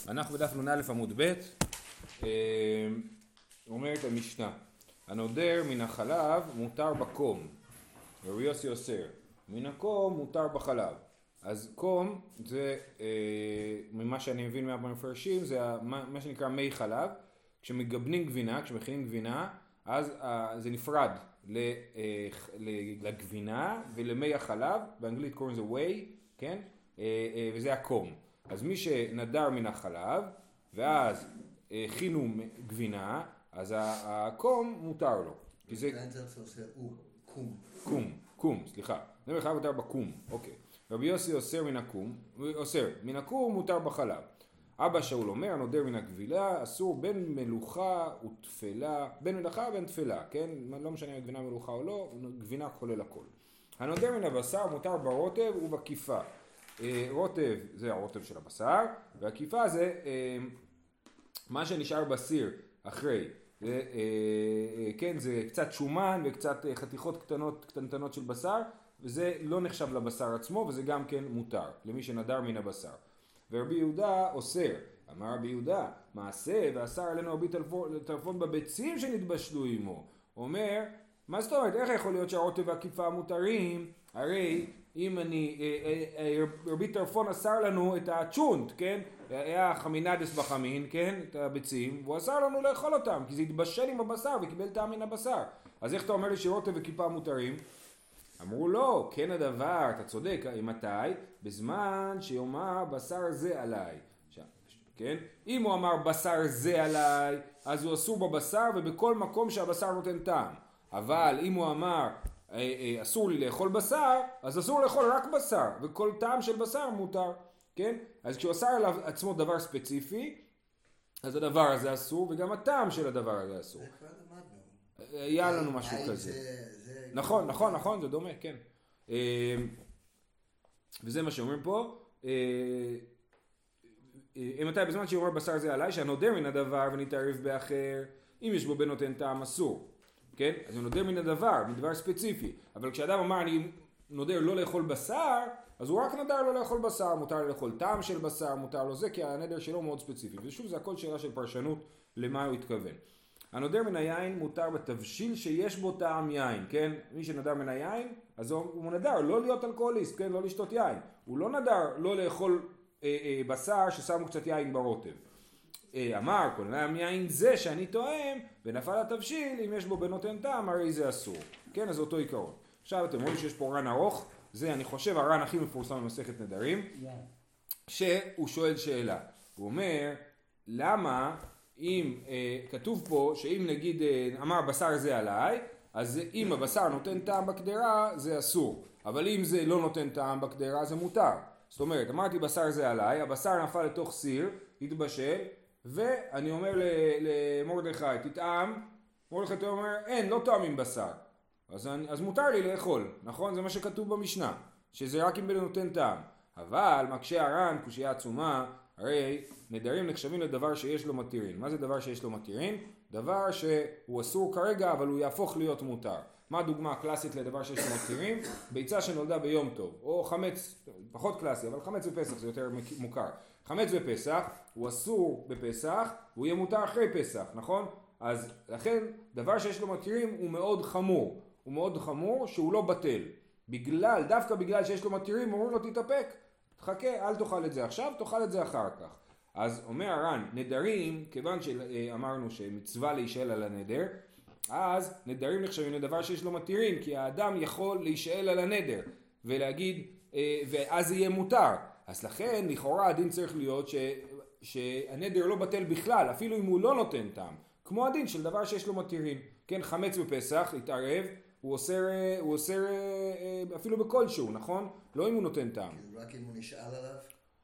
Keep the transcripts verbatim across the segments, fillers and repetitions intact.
אנחנו בדף נ"א עמוד ב', אומרת המשנה, הנודר מן החלב מותר בקום, רבי יוסי אוסר, מן הקום מותר בחלב. אז קום זה, ממה שאני מבין מהמפרשים, זה מה שנקרא מי חלב. כשמגבנים גבינה, כשמכינים גבינה, אז זה נפרד לגבינה ולמי החלב, באנגלית קוראים זה whey, כן? וזה הקום. אז מי שנדר מן החלב, ואז הכינו גבינה, אז הקום מותר לו. כי זה... זה עושה קום. קום, קום, סליחה. זה חלב מותר בקום, אוקיי. רבי יוסי אוסר מן הקום, אוסר, מן הקום מותר בחלב. אבא שאול אומר, הנודר מן הגבילה, אסור בין מלוכה ותפלה, בין מלוכה ובין תפלה, כן? לא משנה אם גבינה מלוכה או לא, גבינה כולל הכל. הנודר מן הבשר מותר ברוטב ובכיפה. רוטב זה הרוטב של הבשר, והכיפה זה מה שנשאר בסיר אחרי. כן, זה קצת שומן וקצת חתיכות קטנות, קטנטנות של בשר, וזה לא נחשב לבשר עצמו, וזה גם כן מותר, למי שנדר מן הבשר. ורבי יהודה אוסר, אמר רבי יהודה, מעשה ואסר עלינו רבי טרפון בביצים שנתבשלו עמו. אומר, מה זאת אומרת, איך יכול להיות שהרוטב והכיפה מותרים? הרי אם אני, רבי טרפון אסר לנו את הצ'ונט, כן? היה חמינדס בחמין, כן? את הביצים, והוא אסר לנו לאכול אותם, כי זה התבשל עם הבשר וקיבל טעם מן הבשר. אז איך אתה אומר לי שרוטב וכיפה מותרים? אמרו לא, כן הדבר, אתה צודק, מתי? בזמן שיאמר בשר זה עליי. כן? אם הוא אמר בשר זה עליי, אז הוא אסור בבשר ובכל מקום שהבשר נותן טעם. אבל אם הוא אמר אסור לי לאכול בשר, אז אסור לאכול רק בשר, וכל טעם של בשר מותר. כן? אז כשהוא אסר עליו עצמו דבר ספציפי, אז הדבר הזה אסור, וגם הטעם של הדבר הזה אסור. זה כבר למדנו. היה לנו משהו כזה. נכון, נכון, נכון, זה דומה, כן. וזה מה שאומרים פה. אם אתה בזמן שאומר בשר זה עליי, שהנודר מן הדבר ונתערב באחר, אם יש בו בן נותן טעם אסור. כן? אז הוא נודר מן הדבר, מדבר ספציפי. אבל כשאדם אמר אני נודר לא לאכול בשר, אז הוא רק נדר לא לאכול בשר, מותר לאכול טעם של בשר, מותר לו זה, כי הנדר שלו מאוד ספציפי. ושוב, זה הכל שאלה של פרשנות למה הוא התכוון. הנודר מן היין מותר בתבשיל שיש בו טעם יין, כן? מי שנדר מן היין, אז הוא נדר לא להיות אלכוהוליסט, כן? לא לשתות יין. הוא לא נדר לא לאכול אה, אה, בשר ששמו קצת יין ברוטב. אה, אמר, כל נדם יין זה שאני טועם, ונפל התבשיל, אם יש בו בנותן טעם, הרי זה אסור. כן? אז אותו עיקרון. עכשיו אתם רואים שיש פה רן ארוך, זה אני חושב הרן הכי מפורסם במסכת נדרים, שהוא שואל שאלה. הוא אומר, למה... אם אה, כתוב פה שאם נגיד אה, אמר בשר זה עליי, אז אם הבשר נותן טעם בקדרה זה אסור, אבל אם זה לא נותן טעם בקדרה זה מותר. זאת אומרת, אמרתי בשר זה עליי, הבשר נפל לתוך סיר, התבשל, ואני אומר למרדכי תטעם, מרדכי אומר אין, לא טעמים בשר, אז, אני, אז מותר לי לאכול, נכון? זה מה שכתוב במשנה, שזה רק אם בן נותן טעם. אבל מקשה הר"ן, קושיה עצומה, הרי נדרים נחשבים לדבר שיש לו מתירין. מה זה דבר שיש לו מתירין? דבר שהוא אסור כרגע אבל הוא יהפוך להיות מותר. מה הדוגמה הקלאסית לדבר שיש לו מתירין? ביצה שנולדה ביום טוב, או חמץ, פחות קלאסי, אבל חמץ בפסח זה יותר מוכר. חמץ בפסח הוא אסור בפסח והוא יהיה מותר אחרי פסח, נכון? אז לכן דבר שיש לו מתירין הוא מאוד חמור. הוא מאוד חמור שהוא לא בטל. בגלל, דווקא בגלל שיש לו מתירין אומרים לו תתאפק. תחכה, אל תאכל את זה עכשיו, תאכל את זה אחר כך. אז אומר הר"ן, נדרים, כיוון שאמרנו שמצווה להישאל על הנדר, אז נדרים נחשבים לדבר שיש לו מתירין, כי האדם יכול להישאל על הנדר, ולהגיד, ואז זה יהיה מותר. אז לכן, לכאורה הדין צריך להיות ש, שהנדר לא בטל בכלל, אפילו אם הוא לא נותן טעם. כמו הדין של דבר שיש לו מתירין. כן, חמץ בפסח, התערב, הוא אוסר, הוא אוסר אפילו בכלשהו, נכון? לא אם הוא נותן טעם. רק אם הוא נשאל עליו?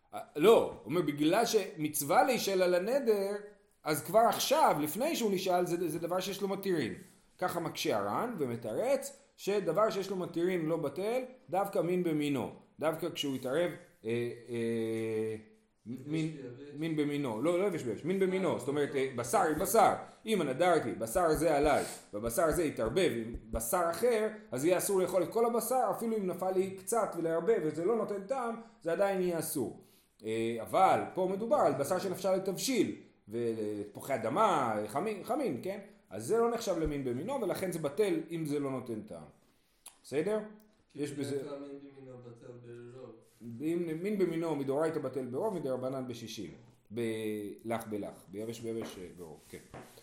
לא, הוא אומר, בגלל שמצווה להישאל על הנדר, אז כבר עכשיו, לפני שהוא נשאל, זה, זה דבר שיש לו מתירין. ככה מקשה הר"ן ומתרץ, שדבר שיש לו מתירין לא בטל, דווקא מין במינו. דווקא כשהוא יתערב, אה, אה, מין, מין במינו, לא, לא יבש ביש, מין במינו, זאת אומרת, בשר עם בשר. אם הנדרתי, בשר זה עליי, ובשר זה יתערבב עם בשר אחר, אז יהיה אסור לאכול את כל הבשר, אפילו אם נפל לי קצת ולהרבב וזה לא נותן טעם, זה עדיין יהיה אסור. אבל פה מדובר על בשר שנפשל לתבשיל, ותפוחי אדמה, חמין, חמין, כן? אז זה לא נחשב למין במינו, ולכן זה בטל אם זה לא נותן טעם. בסדר? יש בזה... מין במינו בטל ברוב. מין במינו מדאורייתא בטל ברוב, מדרבנן בשישים. בלח בלח, ביבש ביבש ברוב, כן.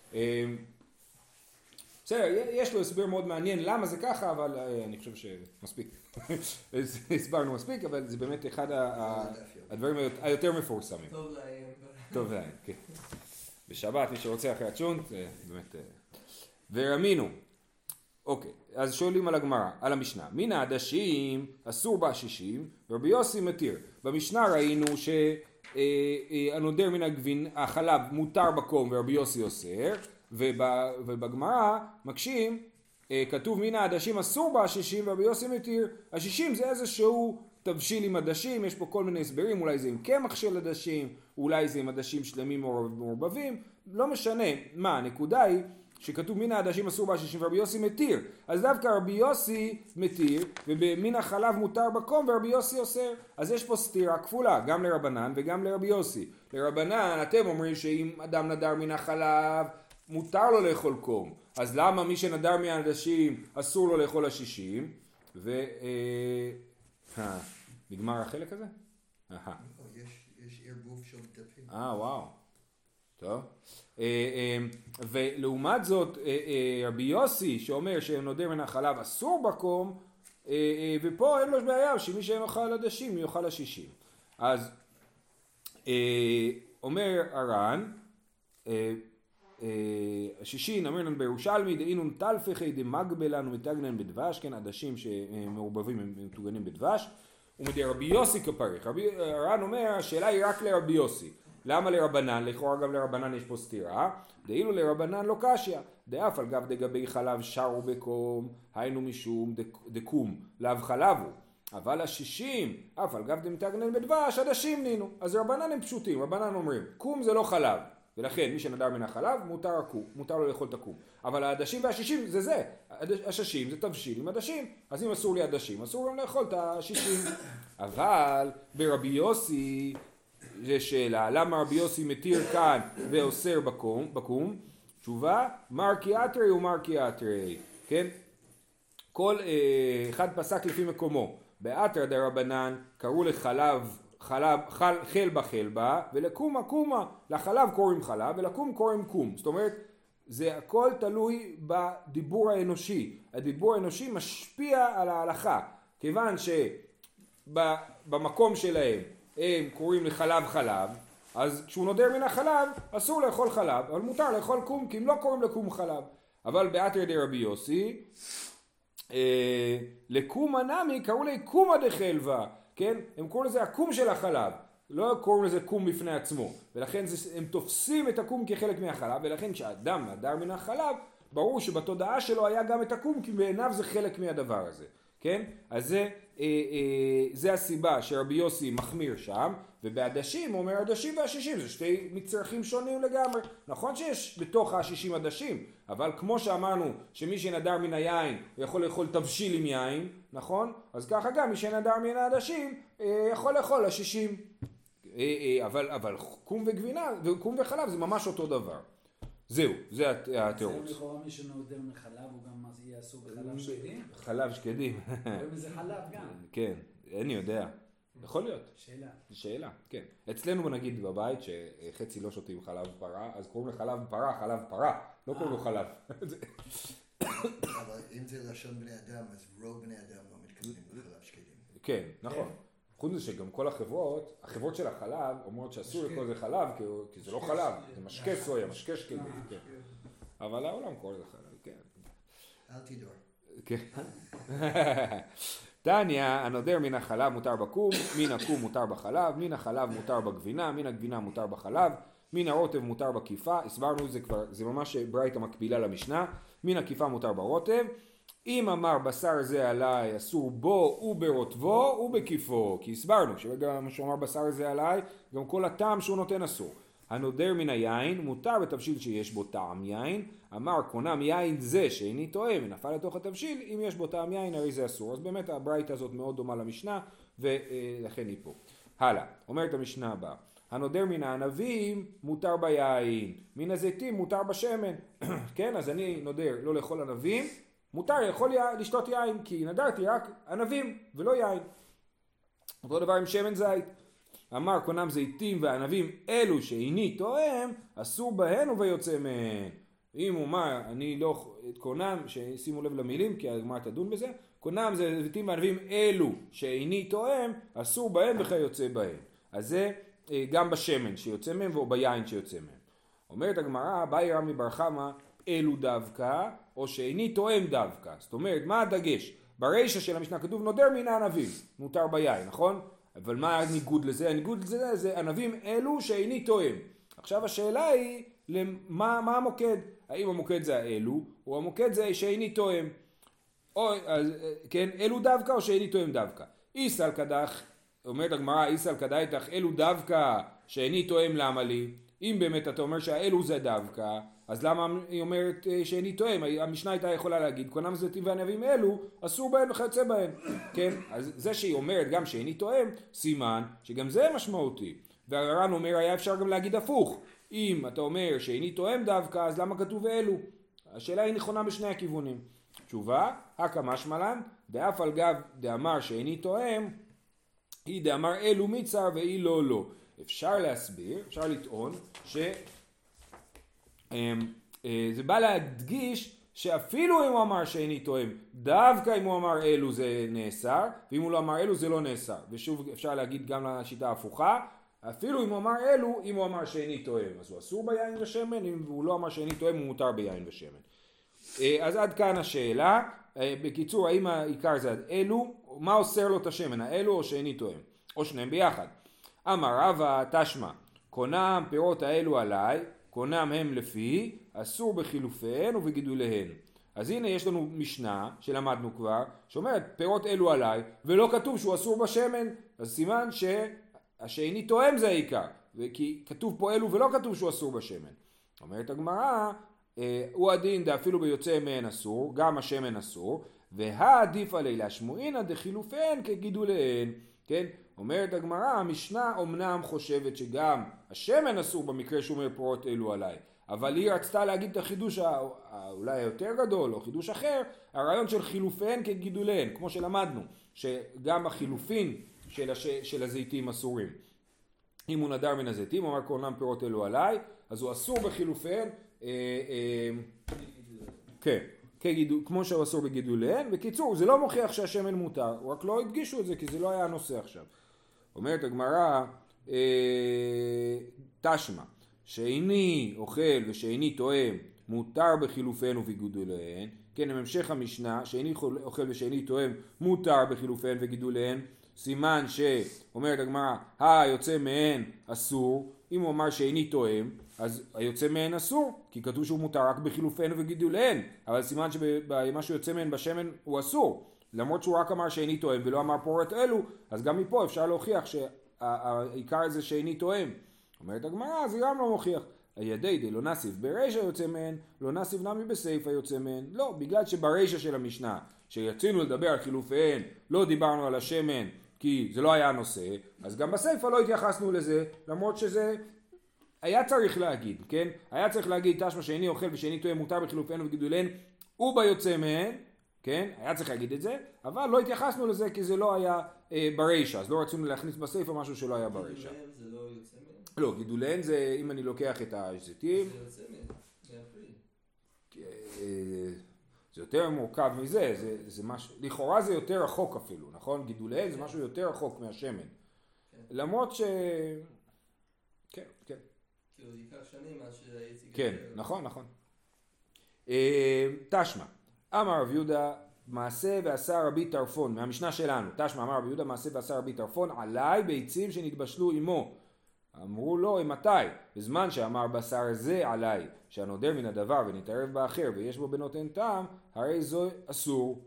בסדר, יש לו הסבר מאוד מעניין למה זה ככה, אבל אני חושב שמספיק. הסברנו מספיק, אבל זה באמת אחד הדברים היותר מפורסמים. טוב להם. טוב להם, כן. בשבת, מי שרוצה אחרי הצ'ונט, זה באמת... ורמינו. אוקיי, אז שואלים על הגמרא, על המשנה. מן העדשים אסור בה שישים, ורבי יוסי מתיר. במשנה ראינו שהנודר מן הגבין, החלב מותר בקום ורבי יוסי אוסר, ובגמרא מקשים, כתוב מן העדשים אסור בה שישים ורבי יוסי מתיר. השישים זה איזשהו תבשיל עם עדשים, יש פה כל מיני הסברים, אולי זה עם קמח של עדשים, אולי זה עם עדשים שלמים מעורבבים, לא משנה. מה, הנקודה היא שכתוב מן העדשים אסור בה שישים ורבי יוסי מתיר, אז דווקא רבי יוסי מתיר, ומן החלב מותר בקום ורבי יוסי אוסר. אז יש פה סתירה כפולה, גם לרבנן וגם לרבי יוסי. לרבנן אתם אומרים שאם אדם נדר מן החלב מותר לו לאכול קום, אז למה מי שנדר מן העדשים אסור לו לאכול השישים? ו... אה, נגמר החלק הזה? אהה. יש ערבוב של דפים. אה, וואו. טוב. ולעומת זאת, רבי יוסי שאומר שנודר מן החלב אסור בקום, ופה אין לו בעיה שמי שאין אוכל עדשים יאכל השישים. אז אומר הר"ן, השישין אמרנן בירושלמי דאינון תלפחי דמגבלן ומתגנן בדבש, כן, עדשים שמעורבבים הם מטוגנים בדבש, ומדי רבי יוסי כפריך. הר"ן אומר השאלה היא רק לרבי יוסי. למה לרבנן? לכאורה גם לרבנן יש פה סתירה. דאילו לרבנן לא קשיא, דאף על גב דגבי חלב שרו בקום, היינו משום דקום, לאו חלב הוא. אבל השישים, אף על גב דמתגנן בדבש, עדשים נינו. אז רבנן הם פשוטים, רבנן אומרים, קום זה לא חלב. ולכן מי שנדר מן החלב מותר, מותר לו לאכול את הקום. אבל העדשים והשישים זה זה. השישים זה תבשיל עם עדשים. אז אם אסור לי עדשים, אסור גם לאכול את השישים. אבל ברבי יוסי, זה שאלה, למה רבי יוסי מתיר כאן ואוסר בקום? בקום? תשובה, מרקיאטרי ומרקיאטרי. כן? כל אה, אחד פסק לפי מקומו. באתרא דרבנן קראו לחלב חלב, חל, חלבה חלבה, ולקומה קומה, לחלב קוראים חלב, ולקום קוראים קום. זאת אומרת, זה הכל תלוי בדיבור האנושי. הדיבור האנושי משפיע על ההלכה, כיוון שבמקום שלהם הם קוראים לחלב חלב, אז כשהוא נודר מן החלב, אסור לאכול חלב, אבל מותר לאכול קום, כי הם לא קוראים לקום חלב. אבל באתרא דרבי יוסי, אה, לקומה נמי קראו לי קומה דחלבה, כן? הם קוראים לזה הקום של החלב, לא קוראים לזה קום בפני עצמו, ולכן זה, הם תופסים את הקום כחלק מהחלב, ולכן כשאדם נדר מן החלב, ברור שבתודעה שלו היה גם את הקום, כי בעיניו זה חלק מהדבר הזה, כן? אז זה, אה, אה, זה הסיבה שרבי יוסי מחמיר שם, ובעדשים הוא אומר עדשים והשישים, זה שתי מצרכים שונים לגמרי. נכון שיש בתוך השישים עדשים, אבל כמו שאמרנו שמי שנדר מן היין יכול לאכול תבשיל עם יין, נכון? אז ככה גם מי שנדר מן העדשים יכול לאכול השישים. אבל, אבל קום וגבינה, קום וחלב זה ממש אותו דבר. זהו, זה התירוץ. זה לכאורה מי שנודר מחלב הוא גם יהיה אסור בחלב שקדים? חלב שקדים. וזה חלב גם. כן, אני יודע. יכול להיות. שאלה. שאלה, כן. אצלנו נגיד בבית שחצי לא שותים חלב פרה, אז קוראים לחלב פרה, חלב פרה, לא קוראים לו חלב. אבל אם זה לשון בני אדם, אז רוב בני אדם לא מתכוונים לחלב שקדים. כן, נכון. חוץ מזה שגם כל החברות, החברות של החלב אומרות שאסור לקרוא לזה חלב, כי זה לא חלב, זה משקה סויה, משקה שקדי, כן. אבל העולם קורא לזה חלב, כן. אל תדור. כן. תניא, הנודר מן החלב מותר בקום, מן הקום מותר בחלב, מן החלב מותר בגבינה, מן הגבינה מותר בחלב, מן הרוטב מותר בכיפה, הסברנו זה כבר, זה ממש ברייתא מקבילה למשנה, מן הכיפה מותר ברוטב, אם אמר בשר זה עליי אסור בו וברוטבו ובכיפו, כי הסברנו שגם שהוא אמר בשר זה עליי, גם כל הטעם שהוא נותן אסור. הנודר מן היין מותר בתבשיל שיש בו טעם יין, אמר קונם יין זה שאיני טועה ונפל לתוך התבשיל, אם יש בו טעם יין הרי זה אסור. אז באמת הברייתא הזאת מאוד דומה למשנה ולכן היא פה. הלאה, אומרת המשנה הבאה, הנודר מן הענבים מותר ביין, מן הזיתים מותר בשמן. כן, אז אני נודר לא לאכול ענבים, מותר לאכול לשתות יין, כי נדרתי רק ענבים ולא יין. אותו דבר עם שמן זית. אמר קונם זיתים וענבים אלו שאיני תואם, אסור בהן וביוצא מהן. אם הוא אומר, אני לא, קונם, שימו לב למילים, כי הגמרא תדון בזה, קונם זה זיתים וענבים אלו שאיני תואם, אסור בהן וכיוצא בהן. אז זה גם בשמן שיוצא מהם או ביין שיוצא מהם. אומרת הגמרא, באי רמי בר חמא אלו דווקא, או שאיני תואם דווקא. זאת אומרת, מה הדגש? ברישא של המשנה כתוב נודר מן הענבים, מותר ביין, נכון? אבל מה הניגוד לזה? הניגוד לזה זה ענבים אלו שאיני תואם. עכשיו השאלה היא, למה, מה המוקד? האם המוקד זה האלו, או המוקד זה שאיני תואם? או, אז, כן, אלו דווקא או שאיני תואם דווקא? איסל קדח, אומרת הגמרא, איסל קדאיתך אלו דווקא שאיני תואם למה לי? אם באמת אתה אומר שהאלו זה דווקא, אז למה היא אומרת שאיני תואם? המשנה הייתה יכולה להגיד, קונם זיתים וענבים אלו, אסור בהן וכיוצא בהן. כן? אז זה שהיא אומרת גם שאיני תואם, סימן שגם זה משמעותי. והר"ן אומר, היה אפשר גם להגיד הפוך. אם אתה אומר שאיני תואם דווקא, אז למה כתוב אלו? השאלה היא נכונה בשני הכיוונים. תשובה, הקא משמע לן, דאף על גב דאמר שאיני תואם, היא דאמר אלו מצר והיא לא לא. אפשר להסביר, אפשר לטעון, שזה בא להדגיש שאפילו אם הוא אמר שאיני תואם, דווקא אם הוא אמר אלו זה נאסר, ואם הוא לא אמר אלו זה לא נאסר. ושוב אפשר להגיד גם לשיטה ההפוכה, אפילו אם הוא אמר אלו, אם הוא אמר שאיני תואם, אז הוא אסור ביין ושמן, אם הוא לא אמר שאיני תואם, הוא מותר ביין ושמן. אז עד כאן השאלה. בקיצור, האם העיקר זה אלו, מה אוסר לו את השמן, האלו או שאיני תואם, או שניהם ביחד. אמר רבא תשמע, קונם פירות האלו עליי, קונם הם לפי, אסור בחילופיהן ובגידוליהן. אז הנה יש לנו משנה שלמדנו כבר, שאומרת פירות אלו עליי, ולא כתוב שהוא אסור בשמן, אז סימן שהשאיני תואם זה העיקר, כי כתוב פה אלו ולא כתוב שהוא אסור בשמן. אומרת הגמרא, הוא הדין דאפילו ביוצא מהן אסור, גם השמן אסור, והעדיף עלי להשמועינא דחילופיהן כגידוליהן. כן? אומרת הגמרא, המשנה אומנם חושבת שגם השמן אסור במקרה שהוא אומר פירות אלו עליי, אבל היא רצתה להגיד את החידוש אולי היותר גדול או חידוש אחר, הרעיון של חילופיהן כגידוליהן, כמו שלמדנו, שגם החילופין של, הש... של הזיתים אסורים. אם הוא נדר מן הזיתים, הוא אמר קונם פירות אלו עליי, אז הוא אסור בחילופיהן, אה, אה, כן. כגידול, כמו שהוא אסור בגידוליהן. בקיצור, זה לא מוכיח שהשמן מותר, רק לא הדגישו את זה כי זה לא היה הנושא עכשיו. אומרת הגמרא, אה, תשמע, שאיני אוכל ושאיני תואם מותר בחילופיהן ובגידוליהן. כן, המשך המשנה, שאיני אוכל ושאיני תואם מותר בחילופיהן וגידוליהן, סימן שאומרת הגמרא, היוצא מהן אסור. אם הוא אמר שאיני תואם, אז היוצא מהן אסור, כי כתוב שהוא מותר רק בחילופיהן וגידוליהן, אבל סימן שמה שיוצא מהן בשמן הוא אסור, למרות שהוא רק אמר שאיני תואם ולא אמר פירות אלו, אז גם מפה אפשר להוכיח שהעיקר זה שאיני תואם. אומרת הגמרא, זה גם לא מוכיח. הידי די לא נסיב ברישא יוצא מהן, לא נסיב נמי בסייפא יוצא מהן. לא, בגלל שברישא של המשנה, שיצינו לדבר על חילופיהן, לא דיברנו על השמן, כי זה לא היה הנושא, אז גם בסייפא לא התייחסנו לזה, למרות שזה היה צריך להגיד, כן? היה צריך להגיד, תשמע שאיני אוכל ושאיני תואם מותר בחילופיהן ובגידוליהן וביוצא מהן, כן? היה צריך להגיד את זה, אבל לא התייחסנו לזה כי זה לא היה אה, ברישא, אז לא רצינו להכניס בסייפא משהו שלא היה ברישא. גידוליהן זה לא יוצא מהן? לא, גידוליהן זה אם אני לוקח את הזיתים. זה יוצא מהן, מהפרי. זה יותר מורכב מזה, זה, זה משהו, לכאורה זה יותר רחוק אפילו, נכון? גידוליהן זה משהו יותר רחוק מהשמן. כן. למרות ש... כן, כן. כאילו ייקח שנים עד שהייתי... כן, נכון, נכון. תשמע, אמר רב יהודה מעשה ועשה רבי טרפון, מהמשנה שלנו, תשמע אמר רב יהודה מעשה ועשה רבי טרפון עליי ביצים שנתבשלו עמו. אמרו לו, מתי? בזמן שאמר בשר זה עליי, שהנודר מן הדבר ונתערב באחר ויש בו בנותן טעם, הרי זו אסור.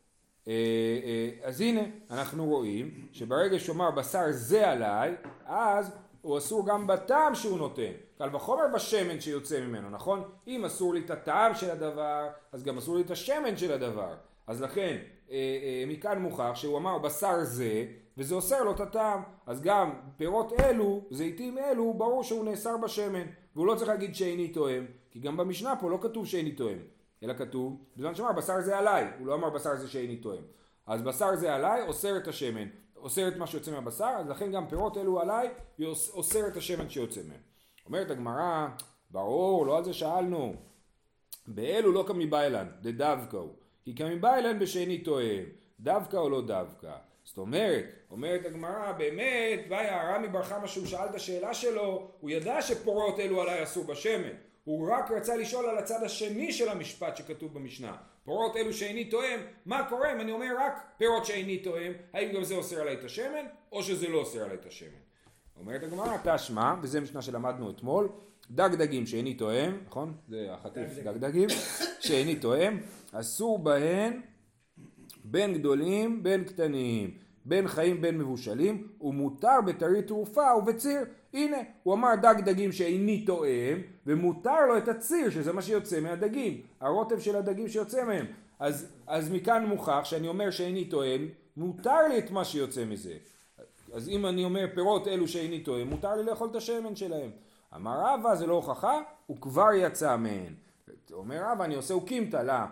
אז הנה, אנחנו רואים שברגע שאומר בשר זה עליי, אז הוא אסור גם בטעם שהוא נותן. קל וחומר בשמן שיוצא ממנו, נכון? אם אסור לי את הטעם של הדבר, אז גם אסור לי את השמן של הדבר. אז לכן, אה, מכאן מוכח שהוא אמר בשר זה, וזה אוסר לו את הטעם. אז גם פירות אלו, זיתים אלו, ברור שהוא נאסר בשמן, והוא לא צריך להגיד שאיני תואם, כי גם במשנה פה לא כתוב שאיני תואם, אלא כתוב, בזמן שאמר בשר זה עליי, הוא לא אמר בשר זה שאיני תואם. אז בשר זה עליי, אוסר את השמן, אוסר את מה שיוצא מהבשר, אז לכן גם פירות אלו עליי, אוסר את השמן שיוצא מהם. אומרת הגמרא, ברור, לא על זה שאלנו, באלו לא כמיבאילן, דדווקא הוא, כי כמיבאילן בשאיני תואם, דווקא או לא דווקא. זאת אומרת, אומרת הגמרא, באמת, והיה הרמי בר חמא שהוא שאל את השאלה שלו, הוא ידע שפירות אלו עליי אסור בשמן, הוא רק רצה לשאול על הצד השני של המשפט שכתוב במשנה. פירות אלו שאיני תואם, מה קורה אם אני אומר רק פירות שאיני תואם, האם גם זה אוסר עליי את השמן, או שזה לא אוסר עליי את השמן? אומרת הגמרא, תשמע, וזה משנה שלמדנו אתמול, דג דגים שאיני תואם, נכון? זה החטיף דג דגים, שאיני תואם, אסור בהן בין גדולים בין קטנים, בין חיים בין מבושלים, ומותר בטרי תרופה ובציר. הנה, הוא אמר דג דגים שאיני תואם, ומותר לו את הציר, שזה מה שיוצא מהדגים, הרוטב של הדגים שיוצא מהם. אז, אז מכאן מוכח שאני אומר שאיני תואם, מותר לי את מה שיוצא מזה. אז אם אני אומר פירות אלו שאיני תואם, מותר לי לאכול את השמן שלהם. אמר רבא, זה לא הוכחה, הוא כבר יצא מהן. אומר רבא, אני עושה אוקימתא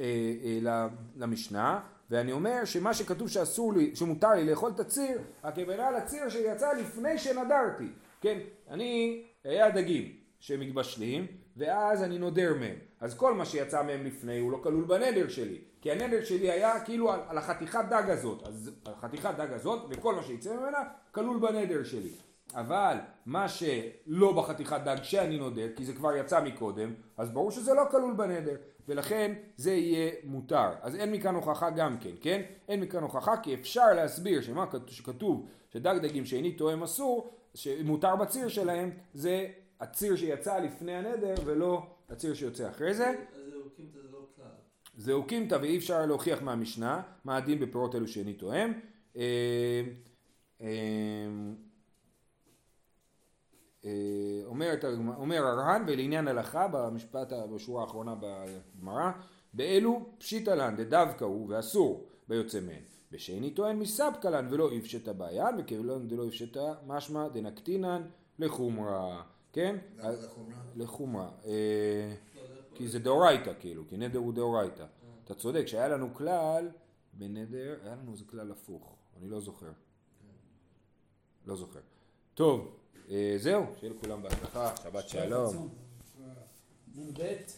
למשנה, ואני אומר שמה שכתוב שאסור לי, שמותר לי לאכול את הציר, הכוונה לציר שיצא לפני שנדרתי. כן, אני, היה דגים שמתבשלים, ואז אני נודר מהם. אז כל מה שיצא מהם לפני הוא לא כלול בנדר שלי. כי הנדר שלי היה כאילו על, על החתיכת דג הזאת. אז החתיכת דג הזאת, וכל מה שיצא ממנה, כלול בנדר שלי. אבל מה שלא בחתיכת דג שאני נודר, כי זה כבר יצא מקודם, אז ברור שזה לא כלול בנדר. ולכן זה יהיה מותר. אז אין מכאן הוכחה גם כן, כן? אין מכאן הוכחה כי אפשר להסביר שמה שכתוב שדג דגים שאיני תואם אסור, שמותר בציר שלהם, זה הציר שיצא לפני הנדר ולא הציר שיוצא אחרי זה. אז זה אוקימתא זה לא כלל. זה אוקימתא ואי אפשר להוכיח מהמשנה מה הדין בפירות אלו שאיני תואם. אומר, אומר הר"ן, ולעניין הלכה במשפט בשורה האחרונה בגמרא, באלו פשיטא לן דדווקא הוא ואסור ביוצא מהן, ושאיני טוען מסבקא לן ולא יפשטא בעיין, וכאילון דלא יפשטא משמע דנקטינן לחומרה, כן? למה זה חומרה? לחומרה, כי זה דאורייתא כאילו, כי נדר הוא דאורייתא. אתה צודק, שהיה לנו כלל בנדר, היה לנו איזה כלל הפוך, אני לא זוכר. לא זוכר. טוב. זהו, שיהיה לכולם בהצלחה, שבת שלום. נ"ב